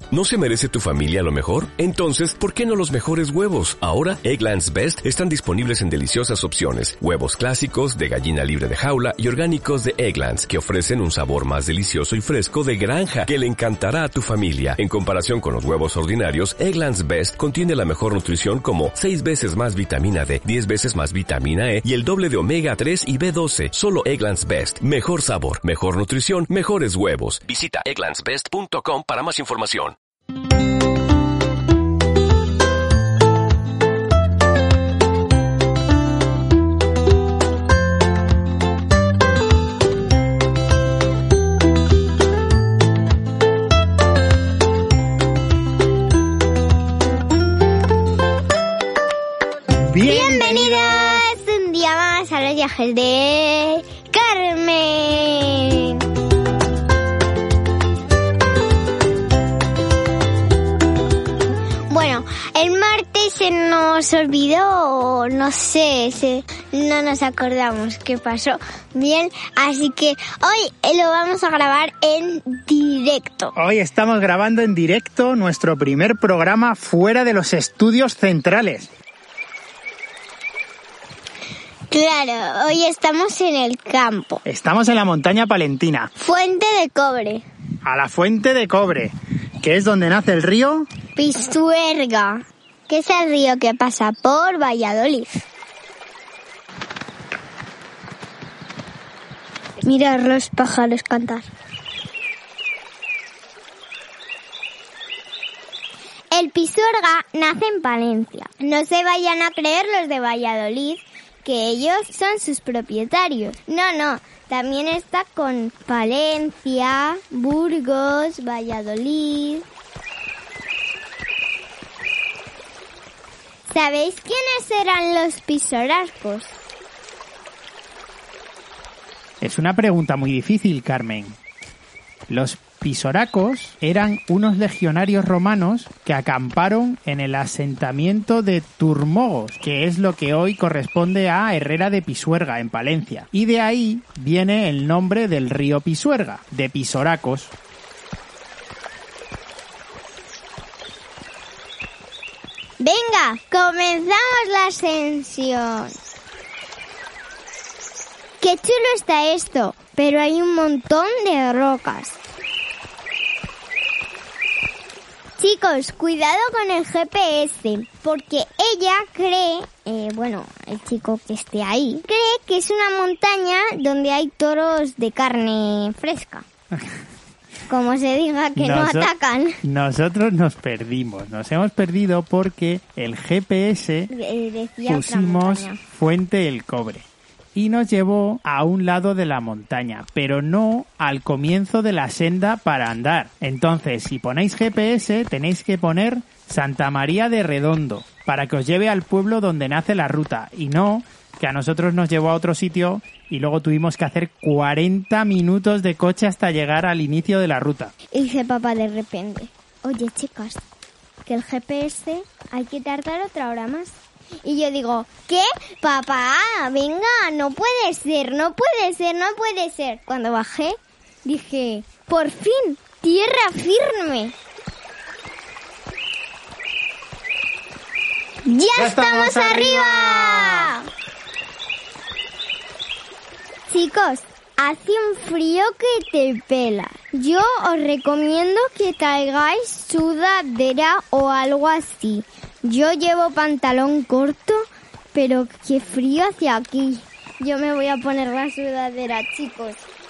¿No se merece tu familia lo mejor? Entonces, ¿por qué no los mejores huevos? Ahora, Eggland's Best están disponibles en deliciosas opciones. Huevos clásicos, de gallina libre de jaula y orgánicos de Eggland's, que ofrecen un sabor más delicioso y fresco de granja que le encantará a tu familia. En comparación con los huevos ordinarios, Eggland's Best contiene la mejor nutrición como 6 veces más vitamina D, 10 veces más vitamina E y el doble de omega 3 y B12. Solo Eggland's Best. Mejor sabor, mejor nutrición, mejores huevos. Visita egglandsbest.com para más información. Bienvenidos un día más a los viajes de Carmen. Bueno, el martes se nos olvidó, no sé, no nos acordamos qué pasó bien, así que hoy lo vamos a grabar en directo. Hoy estamos grabando en directo nuestro primer programa fuera de los estudios centrales. Claro, hoy estamos en el campo. Estamos en la montaña palentina. Fuente de Cobre. A la Fuente de Cobre, que es donde nace el río Pisuerga, que es el río que pasa por Valladolid. Mira los pájaros cantar. El Pisuerga nace en Palencia. No se vayan a creer los de Valladolid que ellos son sus propietarios. No, también está con Palencia, Burgos, Valladolid. ¿Sabéis quiénes eran los pisoracos? Es una pregunta muy difícil, Carmen. Los pisoracos eran unos legionarios romanos que acamparon en el asentamiento de Turmogos, que es lo que hoy corresponde a Herrera de Pisuerga, en Palencia. Y de ahí viene el nombre del río Pisuerga, de pisoracos. Venga, comenzamos la ascensión. Qué chulo está esto, pero hay un montón de rocas. Chicos, cuidado con el GPS, porque ella cree, el chico que esté ahí, cree que es una montaña donde hay toros de carne fresca. Como se diga que no atacan. Nosotros nos hemos perdido porque el GPS pusimos Fuente del Cobre y nos llevó a un lado de la montaña, pero no al comienzo de la senda para andar. Entonces, si ponéis GPS, tenéis que poner Santa María de Redondo para que os lleve al pueblo donde nace la ruta, y no que a nosotros nos llevó a otro sitio y luego tuvimos que hacer 40 minutos de coche hasta llegar al inicio de la ruta. Y dice papá de repente: oye, chicas, que el GPS hay que tardar otra hora más. Y yo digo: ¿qué? Papá, venga, no puede ser. Cuando bajé, dije: por fin, tierra firme. ¡Ya estamos arriba! Chicos, hace un frío que te pela. Yo os recomiendo que traigáis sudadera o algo así. Yo llevo pantalón corto, pero qué frío hace aquí. Yo me voy a poner la sudadera, chicos.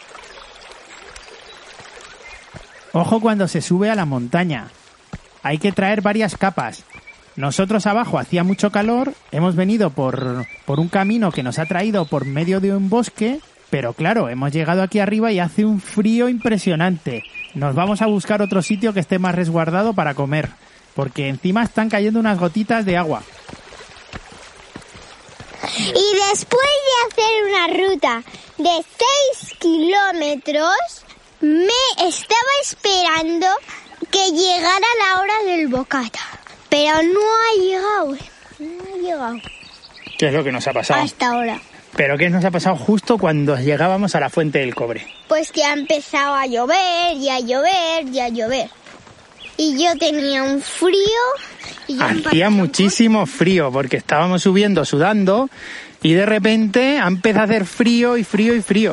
Ojo cuando se sube a la montaña. Hay que traer varias capas. Nosotros abajo hacía mucho calor, hemos venido por un camino que nos ha traído por medio de un bosque, pero claro, hemos llegado aquí arriba y hace un frío impresionante. Nos vamos a buscar otro sitio que esté más resguardado para comer, porque encima están cayendo unas gotitas de agua. Y después de hacer una ruta de 6 kilómetros, me estaba esperando que llegara la hora del bocata. Pero no ha llegado. ¿Qué es lo que nos ha pasado? Hasta ahora. ¿Pero qué nos ha pasado justo cuando llegábamos a la Fuente del Cobre? Pues que ha empezado a llover y a llover y a llover. y yo tenía un frío. Hacía muchísimo frío porque estábamos subiendo sudando y de repente ha empezado a hacer frío y frío y frío.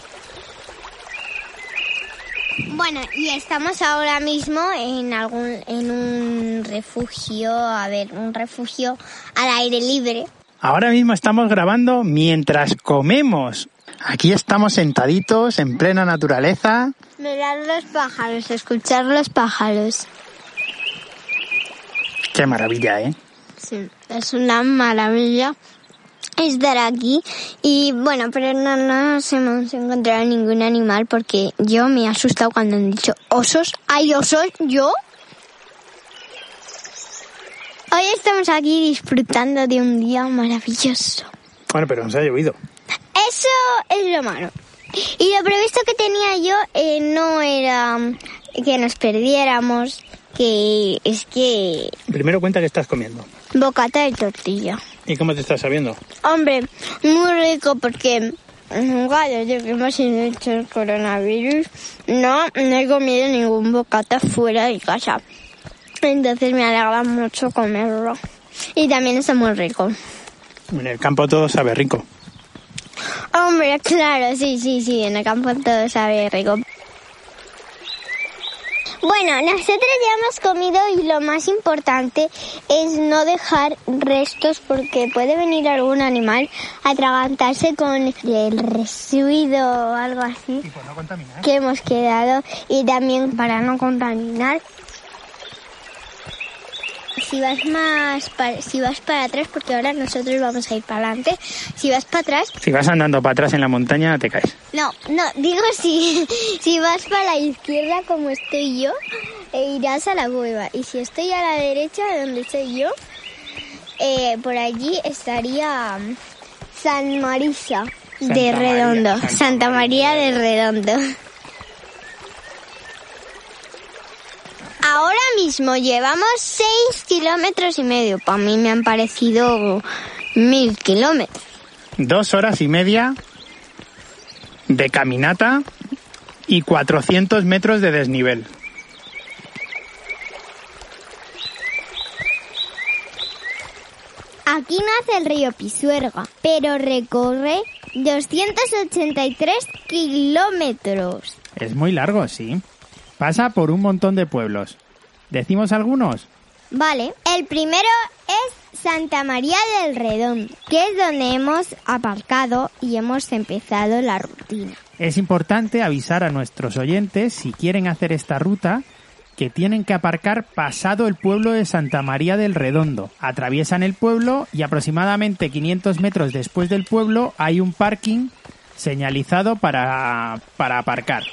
Bueno, y estamos ahora mismo en un refugio, un refugio al aire libre. Ahora mismo estamos grabando mientras comemos. Aquí estamos sentaditos en plena naturaleza. Mirad los pájaros, escuchar los pájaros. Qué maravilla, ¿eh? Sí, es una maravilla estar aquí. Y bueno, pero no nos hemos encontrado ningún animal porque yo me he asustado cuando han dicho osos. ¿Hay osos? ¿Yo? Hoy estamos aquí disfrutando de un día maravilloso. Bueno, pero nos ha llovido. Eso es lo malo. Y lo previsto que tenía yo no era que nos perdiéramos, que es que... Primero cuenta que estás comiendo. Bocata de tortilla. ¿Y cómo te estás sabiendo? Hombre, muy rico porque nunca desde que hemos hecho el coronavirus no he comido ningún bocata fuera de casa. Entonces me alegra mucho comerlo. Y también está muy rico. En el campo todo sabe rico. Hombre, claro, sí, en el campo todo sabe rico. Bueno, nosotros ya hemos comido y lo más importante es no dejar restos porque puede venir algún animal a atragantarse con el residuo o algo así no contaminar. Que hemos quedado y también para no contaminar. Si vas para atrás, porque ahora nosotros vamos a ir para adelante, si vas para atrás... Si vas andando para atrás en la montaña, te caes. No, digo si vas para la izquierda como estoy yo, irás a la cueva. Y si estoy a la derecha, donde estoy yo, por allí estaría San Marisa de Redondo. Santa María de Redondo. Ahora mismo llevamos 6,5 kilómetros. Para mí me han parecido 1.000 kilómetros. 2 horas y media de caminata y 400 metros de desnivel. Aquí nace el río Pisuerga, pero recorre 283 kilómetros. Es muy largo, sí. Pasa por un montón de pueblos. ¿Decimos algunos? Vale. El primero es Santa María del Redondo, que es donde hemos aparcado y hemos empezado la rutina. Es importante avisar a nuestros oyentes, si quieren hacer esta ruta, que tienen que aparcar pasado el pueblo de Santa María del Redondo. Atraviesan el pueblo y aproximadamente 500 metros después del pueblo hay un parking señalizado para aparcar.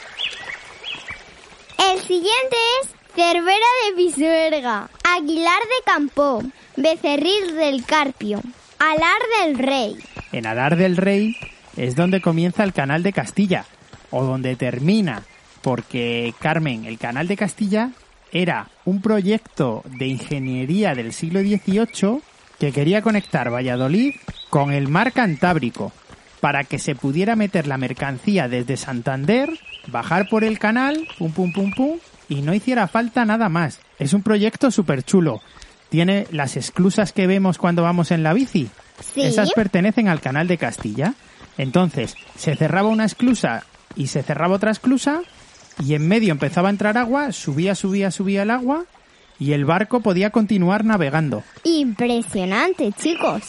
El siguiente es Cervera de Pisuerga, Aguilar de Campó, Becerril del Carpio, Alar del Rey. En Alar del Rey es donde comienza el Canal de Castilla, o donde termina, porque, Carmen, el Canal de Castilla era un proyecto de ingeniería del siglo XVIII que quería conectar Valladolid con el mar Cantábrico, para que se pudiera meter la mercancía desde Santander, bajar por el canal, pum, y no hiciera falta nada más. Es un proyecto súper chulo. Tiene las esclusas que vemos cuando vamos en la bici. ¿Sí? Esas pertenecen al Canal de Castilla. Entonces, se cerraba una esclusa y se cerraba otra esclusa y en medio empezaba a entrar agua, subía el agua y el barco podía continuar navegando. Impresionante, chicos.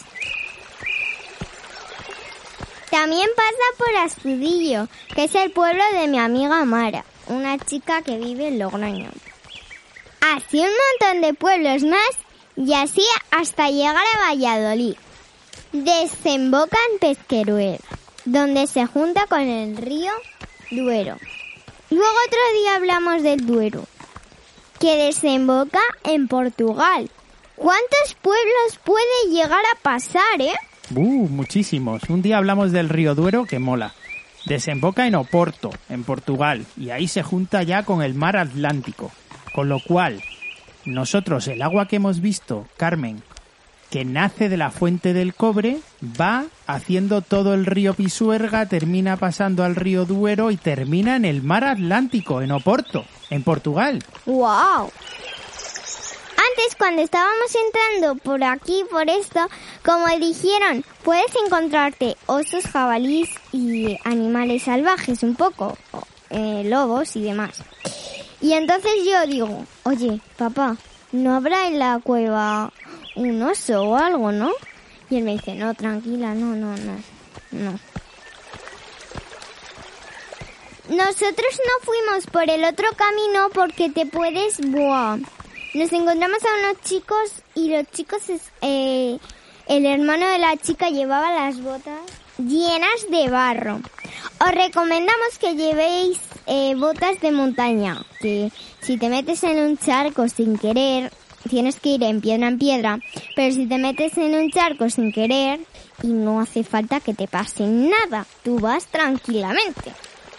También pasa por Astudillo, que es el pueblo de mi amiga Mara, una chica que vive en Logroño. Así un montón de pueblos más y así hasta llegar a Valladolid. Desemboca en Pesqueruel, donde se junta con el río Duero. Luego otro día hablamos del Duero, que desemboca en Portugal. ¿Cuántos pueblos puede llegar a pasar, Muchísimos. Un día hablamos del río Duero, que mola. Desemboca en Oporto, en Portugal, y ahí se junta ya con el mar Atlántico. Con lo cual, nosotros el agua que hemos visto, Carmen, que nace de la fuente del cobre, va haciendo todo el río Pisuerga, termina pasando al río Duero y termina en el mar Atlántico, en Oporto. ¿En Portugal? ¡Wow! Antes, cuando estábamos entrando por aquí, por esto, como dijeron, puedes encontrarte osos, jabalíes y animales salvajes un poco, lobos y demás. Y entonces yo digo, oye, papá, ¿no habrá en la cueva un oso o algo, no? Y él me dice, no, tranquila, no. Nosotros no fuimos por el otro camino porque te puedes... ¡Buah! Nos encontramos a unos chicos y los chicos... el hermano de la chica llevaba las botas llenas de barro. Os recomendamos que llevéis botas de montaña, que si te metes en un charco sin querer, tienes que ir en piedra, pero si te metes en un charco sin querer, y no hace falta que te pase nada, tú vas tranquilamente.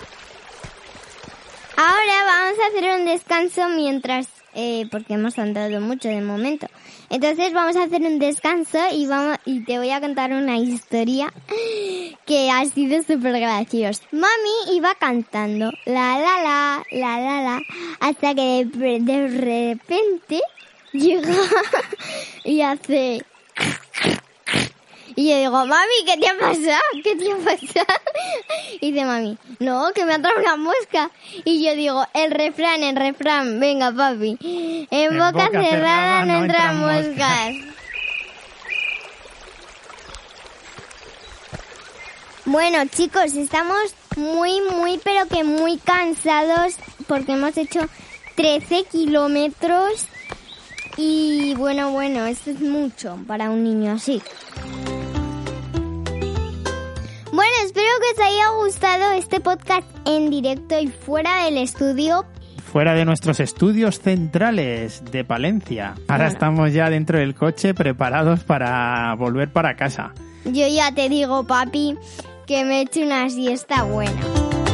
Ahora vamos a hacer un descanso mientras, porque hemos andado mucho de momento. Entonces vamos a hacer un descanso y te voy a contar una historia que ha sido súper graciosa. Mami iba cantando la la la, hasta que de repente llega y hace... Y yo digo, mami, ¿qué te ha pasado? Y dice mami, no, que me ha entrado una mosca. Y yo digo, el refrán, venga papi, en boca cerrada no entran moscas. Bueno, chicos, estamos muy, pero que muy cansados porque hemos hecho 13 kilómetros y bueno, esto es mucho para un niño así. Bueno, espero que os haya gustado este podcast en directo y fuera del estudio. Fuera de nuestros estudios centrales de Palencia. Ahora estamos ya dentro del coche preparados para volver para casa. Yo ya te digo, papi, que me he hecho una siesta buena.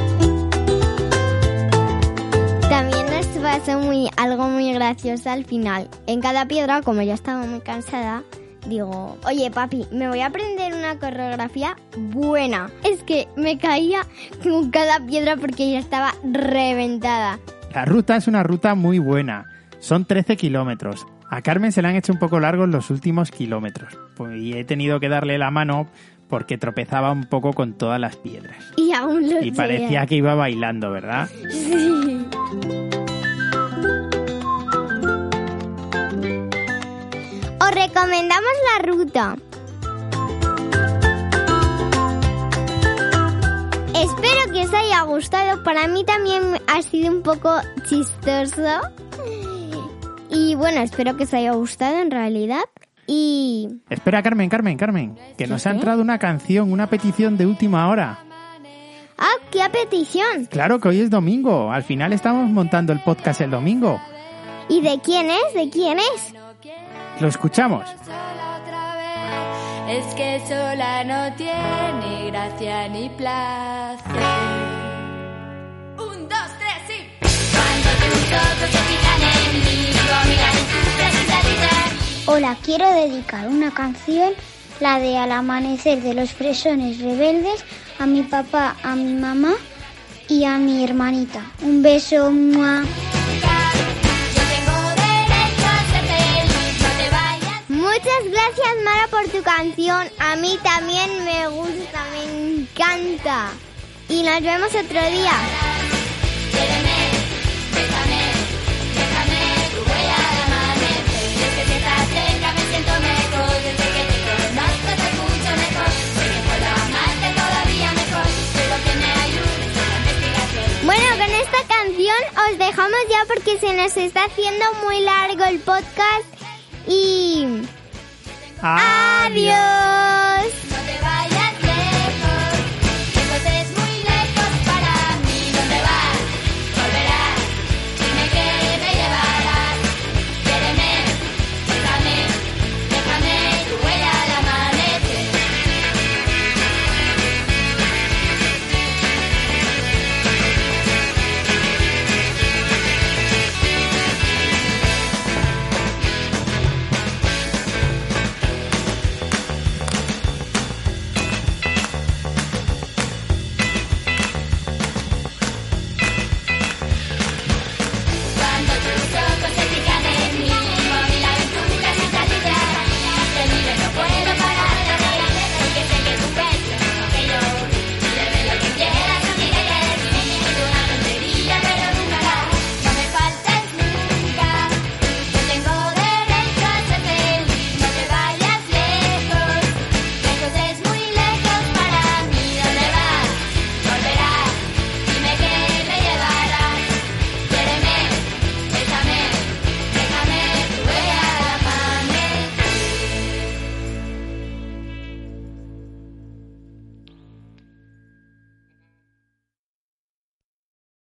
También nos pasó algo muy gracioso al final. En cada piedra, como ya estaba muy cansada, digo, oye papi, me voy a aprender una coreografía buena. Es que me caía con cada piedra porque ya estaba reventada. La ruta es una ruta muy buena. Son 13 kilómetros. A Carmen se le han hecho un poco largos los últimos kilómetros. Y he tenido que darle la mano porque tropezaba un poco con todas las piedras. Y aún lo Y parecía que iba bailando, ¿verdad? Sí. Os recomendamos la ruta. Espero que os haya gustado. Para mí también ha sido un poco chistoso. Y bueno, espero que os haya gustado en realidad. Y... Espera, Carmen, que nos ha entrado una canción, una petición de última hora. Ah, ¿qué petición? Claro que hoy es domingo. Al final estamos montando el podcast el domingo. ¿Y de quién es? ¿De quién es? Lo escuchamos. Es que sola no tiene gracia ni placer. 1, 2, 3, sí. Cuando tus ojos se fijan en mí, mirar en tus preciosidades. Hola, quiero dedicar una canción, la de Al amanecer de los Fresones Rebeldes, a mi papá, a mi mamá y a mi hermanita. Un beso, ¡mua! Muchas gracias, Mara, por tu canción. A mí también me gusta, me encanta. Y nos vemos otro día. Déjame, tu huella al amanecer. Desde que estás cerca me siento mejor. Desde que te conozco te escucho mejor. Sé que puedo amarte todavía mejor. Pero que me ayudes en la investigación. Bueno, con esta canción os dejamos ya porque se nos está haciendo muy largo el podcast. Y... ¡Adiós!